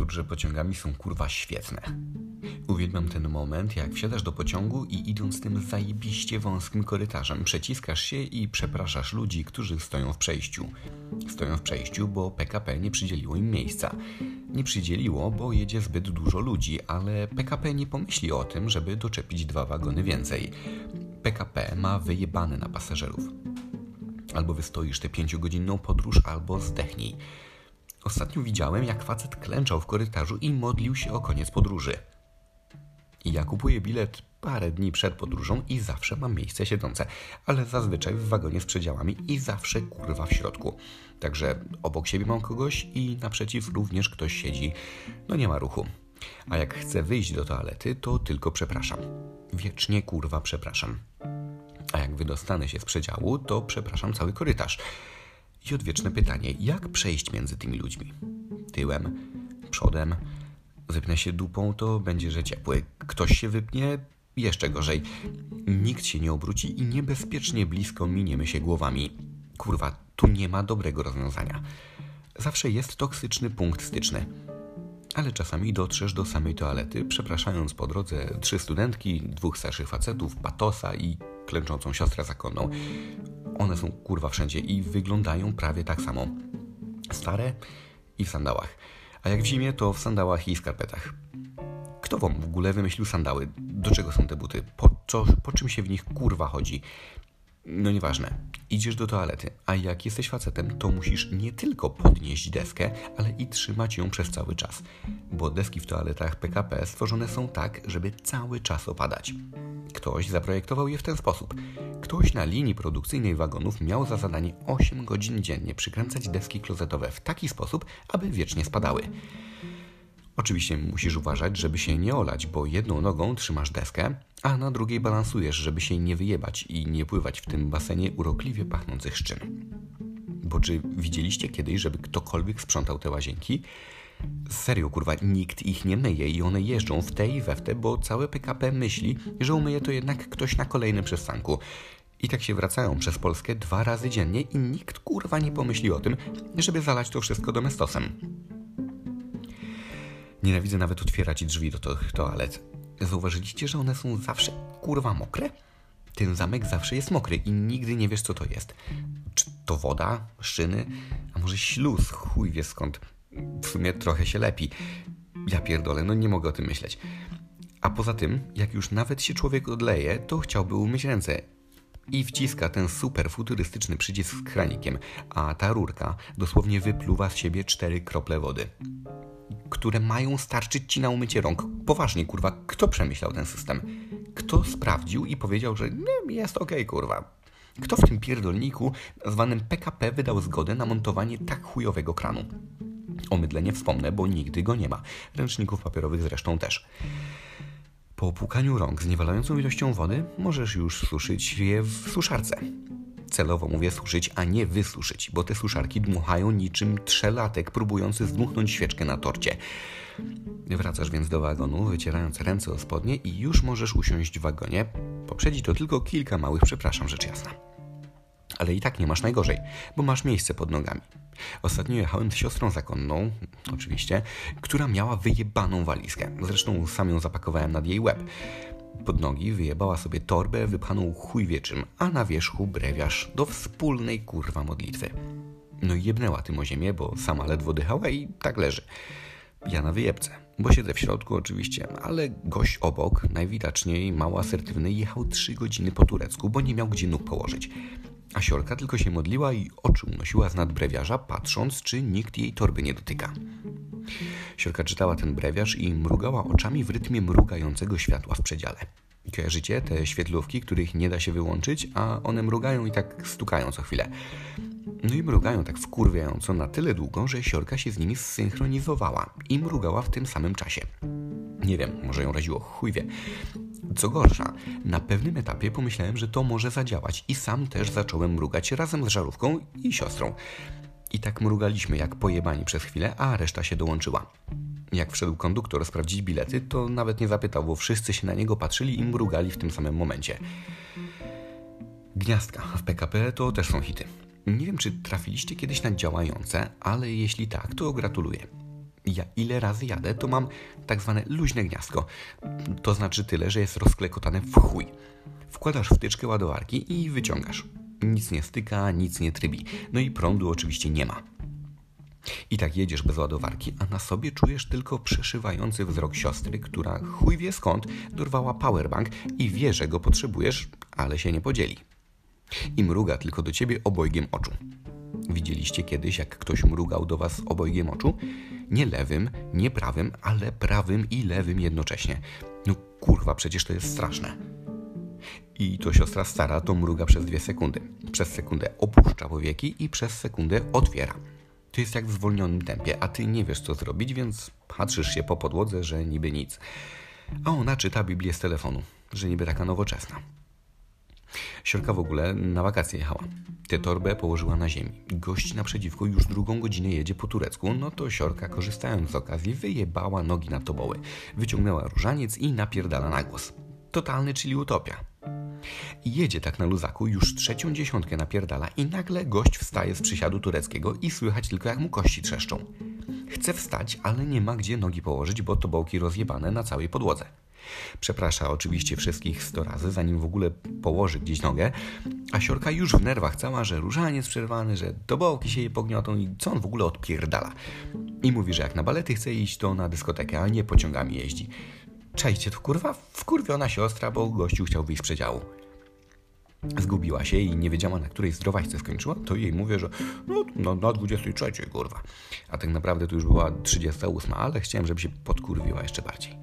Podróże pociągami są kurwa świetne. Uwielbiam ten moment, jak wsiadasz do pociągu i idąc tym zajebiście wąskim korytarzem przeciskasz się i przepraszasz ludzi, którzy stoją w przejściu. Stoją w przejściu, bo PKP nie przydzieliło im miejsca. Nie przydzieliło, bo jedzie zbyt dużo ludzi, ale PKP nie pomyśli o tym, żeby doczepić 2 wagony więcej. PKP ma wyjebane na pasażerów. Albo wystoisz tę 5-godzinną podróż, albo zdechnij. Ostatnio widziałem, jak facet klęczał w korytarzu i modlił się o koniec podróży. I ja kupuję bilet parę dni przed podróżą i zawsze mam miejsce siedzące, ale zazwyczaj w wagonie z przedziałami i zawsze kurwa w środku. Także obok siebie mam kogoś i naprzeciw również ktoś siedzi. No nie ma ruchu. A jak chcę wyjść do toalety, to tylko przepraszam. Wiecznie kurwa przepraszam. A jak wydostanę się z przedziału, to przepraszam cały korytarz. I odwieczne pytanie, jak przejść między tymi ludźmi? Tyłem, przodem, wypnę się dupą, to będzie, że ciepły. Ktoś się wypnie, jeszcze gorzej. Nikt się nie obróci i niebezpiecznie blisko miniemy się głowami. Kurwa, tu nie ma dobrego rozwiązania. Zawsze jest toksyczny punkt styczny. Ale czasami dotrzesz do samej toalety, przepraszając po drodze 3 studentki, 2 starszych facetów, patosa i klęczącą siostrę zakonną. One są kurwa wszędzie i wyglądają prawie tak samo. Stare i w sandałach. A jak w zimie, to w sandałach i skarpetach. Kto wam w ogóle wymyślił sandały? Do czego są te buty? Po czym się w nich kurwa chodzi? No nieważne. Idziesz do toalety, a jak jesteś facetem, to musisz nie tylko podnieść deskę, ale i trzymać ją przez cały czas. Bo deski w toaletach PKP stworzone są tak, żeby cały czas opadać. Ktoś zaprojektował je w ten sposób. Ktoś na linii produkcyjnej wagonów miał za zadanie 8 godzin dziennie przykręcać deski klozetowe w taki sposób, aby wiecznie spadały. Oczywiście musisz uważać, żeby się nie olać, bo jedną nogą trzymasz deskę, a na drugiej balansujesz, żeby się nie wyjebać i nie pływać w tym basenie urokliwie pachnących szczyn. Bo czy widzieliście kiedyś, żeby ktokolwiek sprzątał te łazienki? Serio, kurwa, nikt ich nie myje i one jeżdżą w te i we w te, bo całe PKP myśli, że umyje to jednak ktoś na kolejnym przystanku. I tak się wracają przez Polskę 2 razy dziennie i nikt kurwa nie pomyśli o tym, żeby zalać to wszystko domestosem. Nienawidzę nawet otwierać drzwi do tych toalet. Zauważyliście, że one są zawsze kurwa mokre? Ten zamek zawsze jest mokry i nigdy nie wiesz, co to jest. Czy to woda, szyny, a może śluz, chuj wie skąd. W sumie trochę się lepi. Ja pierdolę, no nie mogę o tym myśleć. A poza tym, jak już nawet się człowiek odleje, to chciałby umyć ręce. I wciska ten super futurystyczny przycisk z kranikiem, a ta rurka dosłownie wypluwa z siebie 4 krople wody, które mają starczyć ci na umycie rąk. Poważnie, kurwa, kto przemyślał ten system? Kto sprawdził i powiedział, że nie, jest okej, kurwa? Kto w tym pierdolniku zwanym PKP wydał zgodę na montowanie tak chujowego kranu? O mydle nie wspomnę, bo nigdy go nie ma. Ręczników papierowych zresztą też. Po opłukaniu rąk z niewalającą ilością wody możesz już suszyć je w suszarce. Celowo mówię suszyć, a nie wysuszyć, bo te suszarki dmuchają niczym trzelatek próbujący zdmuchnąć świeczkę na torcie. Wracasz więc do wagonu, wycierając ręce o spodnie i już możesz usiąść w wagonie. Poprzedzi to tylko kilka małych przepraszam, rzecz jasna. Ale i tak nie masz najgorzej, bo masz miejsce pod nogami. Ostatnio jechałem z siostrą zakonną, oczywiście, która miała wyjebaną walizkę. Zresztą sam ją zapakowałem nad jej łeb. Pod nogi wyjebała sobie torbę wypchaną chuj wie czym, a na wierzchu brewiarz do wspólnej kurwa modlitwy. No i jebnęła tym o ziemię, bo sama ledwo dychała i tak leży. Ja na wyjebce, bo siedzę w środku oczywiście, ale gość obok, najwidoczniej mało asertywny, jechał 3 godziny po turecku, bo nie miał gdzie nóg położyć. A siorka tylko się modliła i oczy unosiła z nad brewiarza, patrząc, czy nikt jej torby nie dotyka. Siorka czytała ten brewiarz i mrugała oczami w rytmie mrugającego światła w przedziale. Kojarzycie te świetlówki, których nie da się wyłączyć, a one mrugają i tak stukają co chwilę. No i mrugają tak wkurwiająco na tyle długo, że siorka się z nimi zsynchronizowała i mrugała w tym samym czasie. Nie wiem, może ją raziło, chuj wie. Co gorsza, na pewnym etapie pomyślałem, że to może zadziałać i sam też zacząłem mrugać razem z żarówką i siostrą. I tak mrugaliśmy jak pojebani przez chwilę, a reszta się dołączyła. Jak wszedł konduktor sprawdzić bilety, to nawet nie zapytał, bo wszyscy się na niego patrzyli i mrugali w tym samym momencie. Gniazdka w PKP to też są hity. Nie wiem, czy trafiliście kiedyś na działające, ale jeśli tak, to gratuluję. Ja ile razy jadę, to mam tak zwane luźne gniazdko. To znaczy tyle, że jest rozklekotane w chuj. Wkładasz wtyczkę ładowarki i wyciągasz. Nic nie styka, nic nie trybi. No i prądu oczywiście nie ma. I tak jedziesz bez ładowarki, a na sobie czujesz tylko przeszywający wzrok siostry, która chuj wie skąd dorwała powerbank i wie, że go potrzebujesz, ale się nie podzieli. I mruga tylko do ciebie obojgiem oczu. Widzieliście kiedyś, jak ktoś mrugał do was obojgiem oczu? Nie lewym, nie prawym, ale prawym i lewym jednocześnie. No kurwa, przecież to jest straszne. I to siostra stara to mruga przez 2 sekundy. Przez sekundę opuszcza powieki i przez sekundę otwiera. To jest jak w zwolnionym tempie, a ty nie wiesz co zrobić, więc patrzysz się po podłodze, że niby nic. A ona czyta Biblię z telefonu, że niby taka nowoczesna. Siorka w ogóle na wakacje jechała. Tę torbę położyła na ziemi. Gość naprzeciwko już 2 godzinę jedzie po turecku, no to siorka, korzystając z okazji, wyjebała nogi na toboły. Wyciągnęła różaniec i napierdala na głos. Totalny, czyli utopia. I jedzie tak na luzaku, już 3. dziesiątkę napierdala i nagle gość wstaje z przysiadu tureckiego i słychać tylko jak mu kości trzeszczą. Chce wstać, ale nie ma gdzie nogi położyć, bo tobołki rozjebane na całej podłodze. Przeprasza oczywiście wszystkich 100 razy, zanim w ogóle położy gdzieś nogę, a siorka już w nerwach cała, że różaniec przerwany, że tobołki się jej pogniotą i co on w ogóle odpierdala. I mówi, że jak na balety chce iść, to na dyskotekę, a nie pociągami jeździ. Czajcie, to kurwa wkurwiona siostra, bo gościu chciał wyjść z przedziału. Zgubiła się i nie wiedziała, na której zdrowaśce skończyła, to jej mówię, że no na 23, kurwa. A tak naprawdę to już była 38, ale chciałem, żeby się podkurwiła jeszcze bardziej.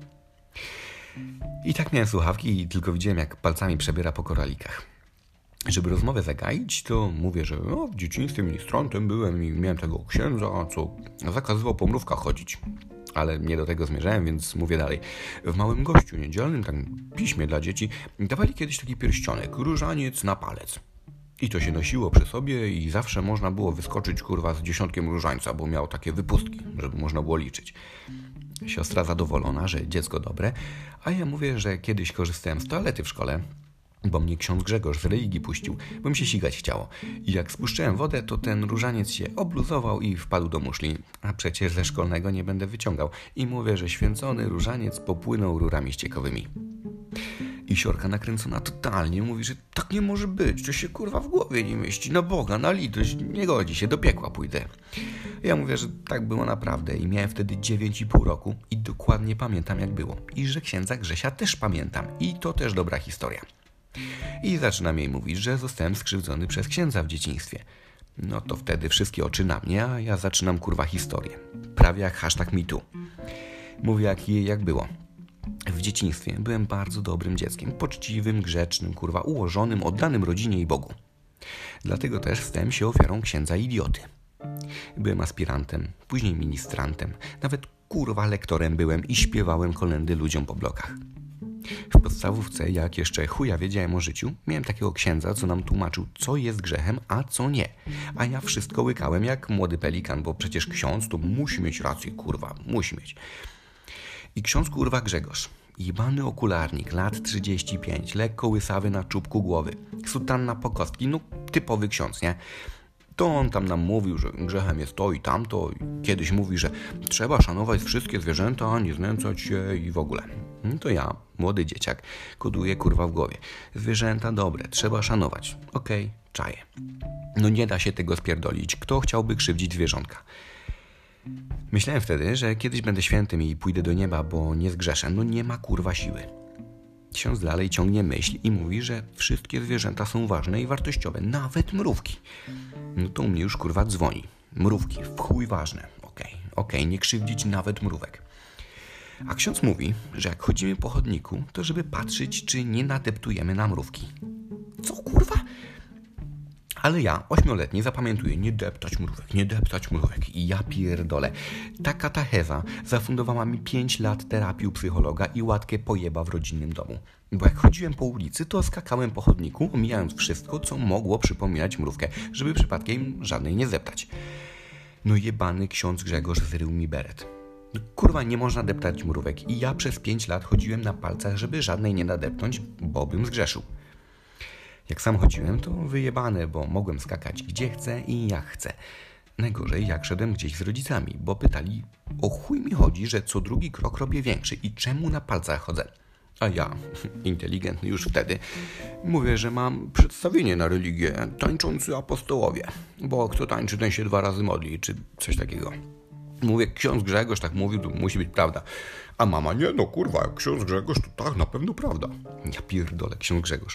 I tak miałem słuchawki i tylko widziałem, jak palcami przebiera po koralikach. Żeby rozmowę zagaić, to mówię, że w dzieciństwie ministrantem byłem i miałem tego księdza, co zakazywał po mrówkach chodzić. Ale nie do tego zmierzałem, więc mówię dalej. W Małym Gościu Niedzielnym, tam piśmie dla dzieci, dawali kiedyś taki pierścionek, różaniec na palec. I to się nosiło przy sobie i zawsze można było wyskoczyć, kurwa, z 10 różańca, bo miał takie wypustki, żeby można było liczyć. Siostra zadowolona, że dziecko dobre, a ja mówię, że kiedyś korzystałem z toalety w szkole, bo mnie ksiądz Grzegorz z religii puścił, bo mi się sikać chciało. I jak spuszczałem wodę, to ten różaniec się obluzował i wpadł do muszli. A przecież ze szkolnego nie będę wyciągał. I mówię, że święcony różaniec popłynął rurami ściekowymi. I siorka nakręcona totalnie mówi, że tak nie może być, to się kurwa w głowie nie mieści. Na Boga, na litość, nie godzi się, do piekła pójdę. Ja mówię, że tak było naprawdę i miałem wtedy 9,5 roku i dokładnie pamiętam jak było. I że księdza Grzesia też pamiętam i to też dobra historia. I zaczynam jej mówić, że zostałem skrzywdzony przez księdza w dzieciństwie. No to wtedy wszystkie oczy na mnie, a ja zaczynam kurwa historię. Prawie jak #MeToo. Mówię jak było. W dzieciństwie byłem bardzo dobrym dzieckiem, poczciwym, grzecznym, kurwa, ułożonym, oddanym rodzinie i Bogu. Dlatego też stałem się ofiarą księdza idioty. Byłem aspirantem, później ministrantem, nawet kurwa lektorem byłem i śpiewałem kolędy ludziom po blokach. W podstawówce, jak jeszcze chuja wiedziałem o życiu, miałem takiego księdza, co nam tłumaczył, co jest grzechem, a co nie. A ja wszystko łykałem jak młody pelikan, bo przecież ksiądz to musi mieć rację, kurwa, musi mieć. I ksiądz kurwa Grzegorz, jebany okularnik, lat 35, lekko łysawy na czubku głowy, sutanna po kostki, no typowy ksiądz, nie? To on tam nam mówił, że grzechem jest to i tamto. Kiedyś mówi, że trzeba szanować wszystkie zwierzęta, nie znęcać się i w ogóle. No to ja, młody dzieciak, koduję kurwa w głowie. Zwierzęta dobre, trzeba szanować. Okej, czaję. No nie da się tego spierdolić. Kto chciałby krzywdzić zwierzątka? Myślałem wtedy, że kiedyś będę świętym i pójdę do nieba, bo nie zgrzeszę. No nie ma kurwa siły. Ksiądz dalej ciągnie myśl i mówi, że wszystkie zwierzęta są ważne i wartościowe, nawet mrówki. No to u mnie już kurwa dzwoni. Mrówki, w chuj ważne. Okej, nie krzywdzić nawet mrówek. A ksiądz mówi, że jak chodzimy po chodniku, to żeby patrzeć, czy nie nadeptujemy na mrówki. Co kurwa? Ale ja, 8-letni, zapamiętuję, nie deptać mrówek. I ja pierdolę. Ta katecheza zafundowała mi 5 lat terapii u psychologa i łatkę pojeba w rodzinnym domu. Bo jak chodziłem po ulicy, to skakałem po chodniku, omijając wszystko, co mogło przypominać mrówkę, żeby przypadkiem żadnej nie zdeptać. No jebany ksiądz Grzegorz zrył mi beret. No, kurwa, nie można deptać mrówek i ja przez 5 lat chodziłem na palcach, żeby żadnej nie nadepnąć, bo bym zgrzeszył. Jak sam chodziłem, to wyjebane, bo mogłem skakać gdzie chcę i jak chcę. Najgorzej jak szedłem gdzieś z rodzicami, bo pytali, o chuj mi chodzi, że co drugi krok robię większy i czemu na palcach chodzę. A ja, inteligentny już wtedy, mówię, że mam przedstawienie na religię, tańczący apostołowie, bo kto tańczy, ten się 2 razy modli, czy coś takiego. Mówię, ksiądz Grzegorz tak mówił, to musi być prawda. A mama, nie no kurwa, jak ksiądz Grzegorz, to tak, na pewno prawda. Ja pierdolę, ksiądz Grzegorz.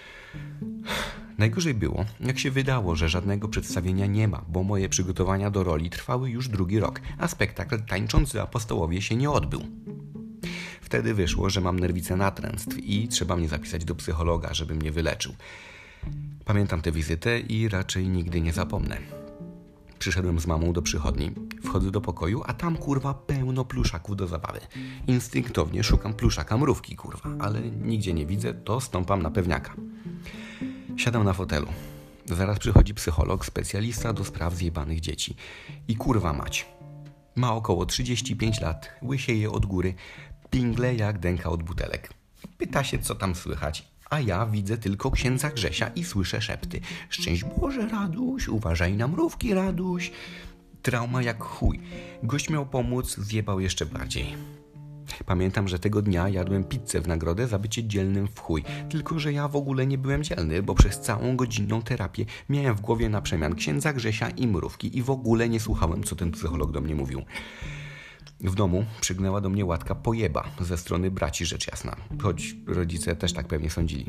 Najgorzej było, jak się wydało, że żadnego przedstawienia nie ma, bo moje przygotowania do roli trwały już 2. rok, a spektakl Tańczący apostołowie się nie odbył. Wtedy wyszło, że mam nerwicę natręstw i trzeba mnie zapisać do psychologa, żeby mnie wyleczył. Pamiętam tę wizytę i raczej nigdy nie zapomnę. Przyszedłem z mamą do przychodni, wchodzę do pokoju, a tam kurwa pełno pluszaków do zabawy. Instynktownie szukam pluszaka mrówki kurwa, ale nigdzie nie widzę, to stąpam na pewniaka. Siadam na fotelu. Zaraz przychodzi psycholog, specjalista do spraw zjebanych dzieci. I kurwa mać. Ma około 35 lat, łysieje od góry, pingle jak dęka od butelek. Pyta się, co tam słychać, a ja widzę tylko księdza Grzesia i słyszę szepty. Szczęść Boże, Raduś, uważaj na mrówki, Raduś. Trauma jak chuj. Gość miał pomóc, zjebał jeszcze bardziej. Pamiętam, że tego dnia jadłem pizzę w nagrodę za bycie dzielnym w chuj. Tylko że ja w ogóle nie byłem dzielny, bo przez całą godzinną terapię miałem w głowie na przemian księdza Grzesia i mrówki i w ogóle nie słuchałem, co ten psycholog do mnie mówił. W domu przygnęła do mnie łatka pojeba ze strony braci, rzecz jasna, choć rodzice też tak pewnie sądzili.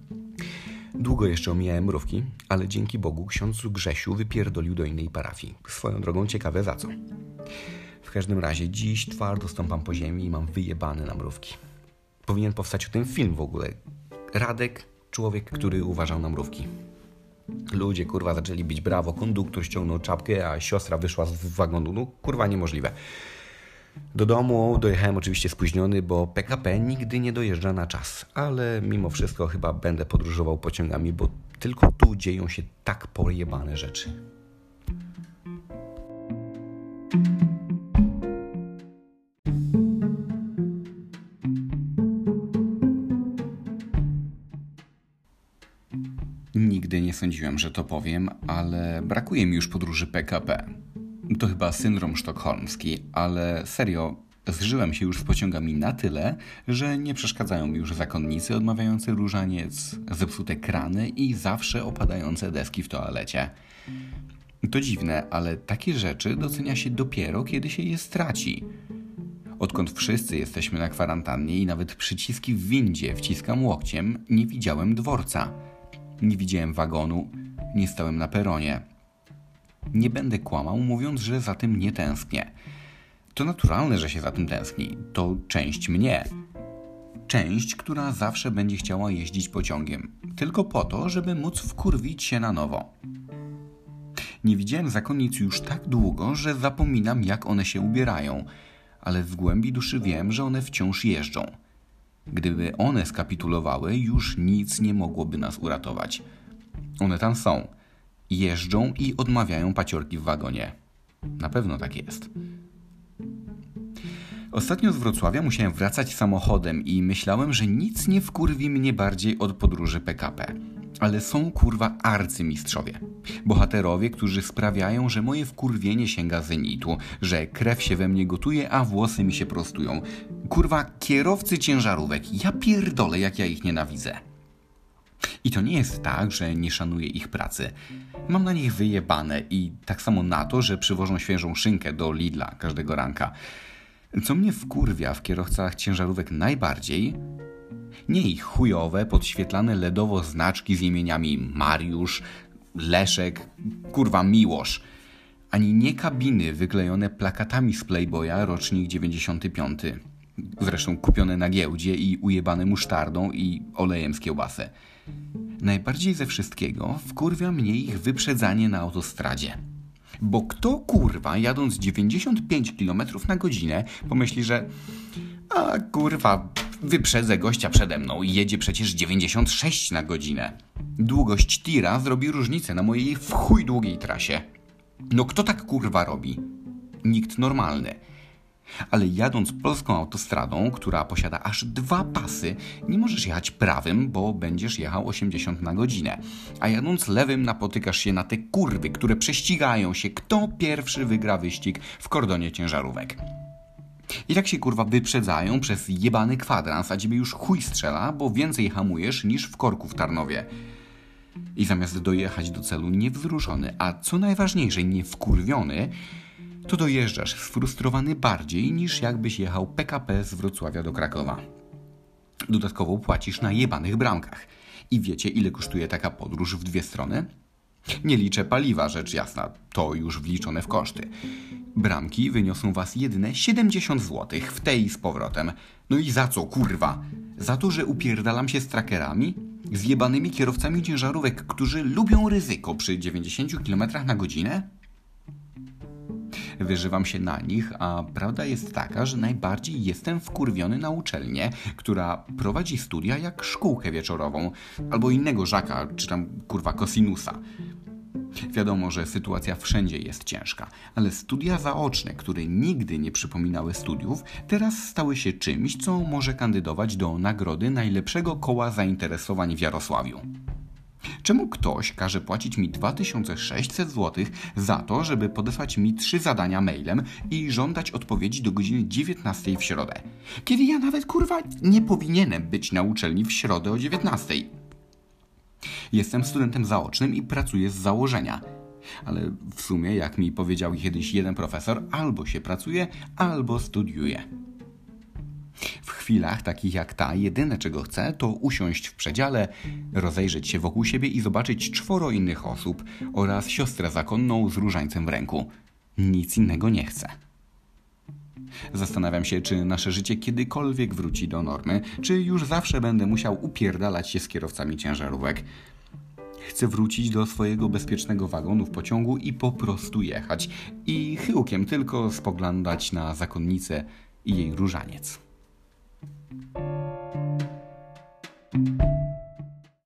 Długo jeszcze omijałem mrówki, ale dzięki Bogu ksiądz Grzesiu wypierdolił do innej parafii. Swoją drogą ciekawe za co. W każdym razie dziś twardo stąpam po ziemi i mam wyjebane na mrówki. Powinien powstać o tym film w ogóle. Radek, człowiek, który uważał na mrówki. Ludzie kurwa zaczęli bić brawo, konduktor ściągnął czapkę, a siostra wyszła z wagonu. No kurwa niemożliwe. Do domu dojechałem oczywiście spóźniony, bo PKP nigdy nie dojeżdża na czas. Ale mimo wszystko chyba będę podróżował pociągami, bo tylko tu dzieją się tak pojebane rzeczy. Nigdy nie sądziłem, że to powiem, ale brakuje mi już podróży PKP. To chyba syndrom sztokholmski, ale serio, zżyłem się już z pociągami na tyle, że nie przeszkadzają mi już zakonnicy odmawiający różaniec, zepsute krany i zawsze opadające deski w toalecie. To dziwne, ale takie rzeczy docenia się dopiero, kiedy się je straci. Odkąd wszyscy jesteśmy na kwarantannie i nawet przyciski w windzie wciskam łokciem, nie widziałem dworca. Nie widziałem wagonu, nie stałem na peronie. Nie będę kłamał, mówiąc, że za tym nie tęsknię. To naturalne, że się za tym tęskni. To część mnie. Część, która zawsze będzie chciała jeździć pociągiem. Tylko po to, żeby móc wkurwić się na nowo. Nie widziałem zakonnic już tak długo, że zapominam, jak one się ubierają. Ale w głębi duszy wiem, że one wciąż jeżdżą. Gdyby one skapitulowały, już nic nie mogłoby nas uratować. One tam są. Jeżdżą i odmawiają paciorki w wagonie. Na pewno tak jest. Ostatnio z Wrocławia musiałem wracać samochodem i myślałem, że nic nie wkurwi mnie bardziej od podróży PKP. Ale są kurwa arcymistrzowie. Bohaterowie, którzy sprawiają, że moje wkurwienie sięga zenitu, że krew się we mnie gotuje, a włosy mi się prostują. Kurwa kierowcy ciężarówek. Ja pierdolę, jak ja ich nienawidzę. I to nie jest tak, że nie szanuję ich pracy. Mam na nich wyjebane i tak samo na to, że przywożą świeżą szynkę do Lidla każdego ranka. Co mnie wkurwia w kierowcach ciężarówek najbardziej, nie ich chujowe, podświetlane LEDowo znaczki z imieniami Mariusz, Leszek, kurwa Miłosz, ani nie kabiny wyklejone plakatami z Playboya rocznik 95. Zresztą kupione na giełdzie i ujebane musztardą i olejem z kiełbasy. Najbardziej ze wszystkiego wkurwia mnie ich wyprzedzanie na autostradzie. Bo kto kurwa jadąc 95 km na godzinę pomyśli, że a kurwa wyprzedzę gościa przede mną i jedzie przecież 96 na godzinę. Długość tira zrobi różnicę na mojej w chuj długiej trasie. No kto tak kurwa robi? Nikt normalny. Ale jadąc polską autostradą, która posiada aż 2 pasy, nie możesz jechać prawym, bo będziesz jechał 80 na godzinę. A jadąc lewym napotykasz się na te kurwy, które prześcigają się, kto pierwszy wygra wyścig w kordonie ciężarówek. I tak się kurwa wyprzedzają przez jebany kwadrans, a ciebie już chuj strzela, bo więcej hamujesz niż w korku w Tarnowie. I zamiast dojechać do celu niewzruszony, a co najważniejsze nie wkurwiony, to dojeżdżasz sfrustrowany bardziej niż jakbyś jechał PKP z Wrocławia do Krakowa. Dodatkowo płacisz na jebanych bramkach. I wiecie, ile kosztuje taka podróż w 2 strony? Nie liczę paliwa, rzecz jasna, to już wliczone w koszty. Bramki wyniosą was jedyne 70 zł w tej z powrotem. No i za co, kurwa? Za to, że upierdalam się z trackerami? Z jebanymi kierowcami ciężarówek, którzy lubią ryzyko przy 90 km na godzinę? Wyżywam się na nich, a prawda jest taka, że najbardziej jestem wkurwiony na uczelnię, która prowadzi studia jak szkółkę wieczorową, albo innego Żaka, czy tam kurwa Kosinusa. Wiadomo, że sytuacja wszędzie jest ciężka, ale studia zaoczne, które nigdy nie przypominały studiów, teraz stały się czymś, co może kandydować do nagrody najlepszego koła zainteresowań w Jarosławiu. Czemu ktoś każe płacić mi 2600 zł za to, żeby podesłać mi 3 zadania mailem i żądać odpowiedzi do godziny 19 w środę? Kiedy ja nawet, kurwa, nie powinienem być na uczelni w środę o 19. Jestem studentem zaocznym i pracuję z założenia. Ale w sumie, jak mi powiedział kiedyś jeden profesor, albo się pracuje, albo studiuje. W chwilach takich jak ta, jedyne czego chcę, to usiąść w przedziale, rozejrzeć się wokół siebie i zobaczyć 4 innych osób oraz siostrę zakonną z różańcem w ręku. Nic innego nie chcę. Zastanawiam się, czy nasze życie kiedykolwiek wróci do normy, czy już zawsze będę musiał upierdalać się z kierowcami ciężarówek. Chcę wrócić do swojego bezpiecznego wagonu w pociągu i po prostu jechać. I chyłkiem tylko spoglądać na zakonnicę i jej różaniec.